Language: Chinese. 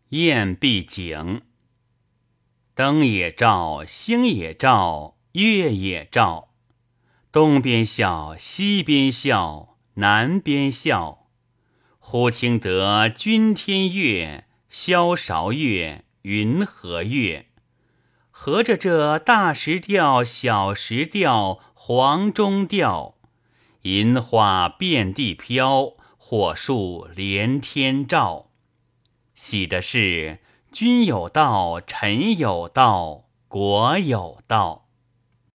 雁壁景。灯也照，星也照，月也照，东边笑，西边笑，南边笑。忽听得君天乐，萧韶乐，云和乐，合着这大石调、小石调、黄钟调，银花遍地飘，火树连天照。喜的是君有道，臣有道，国有道。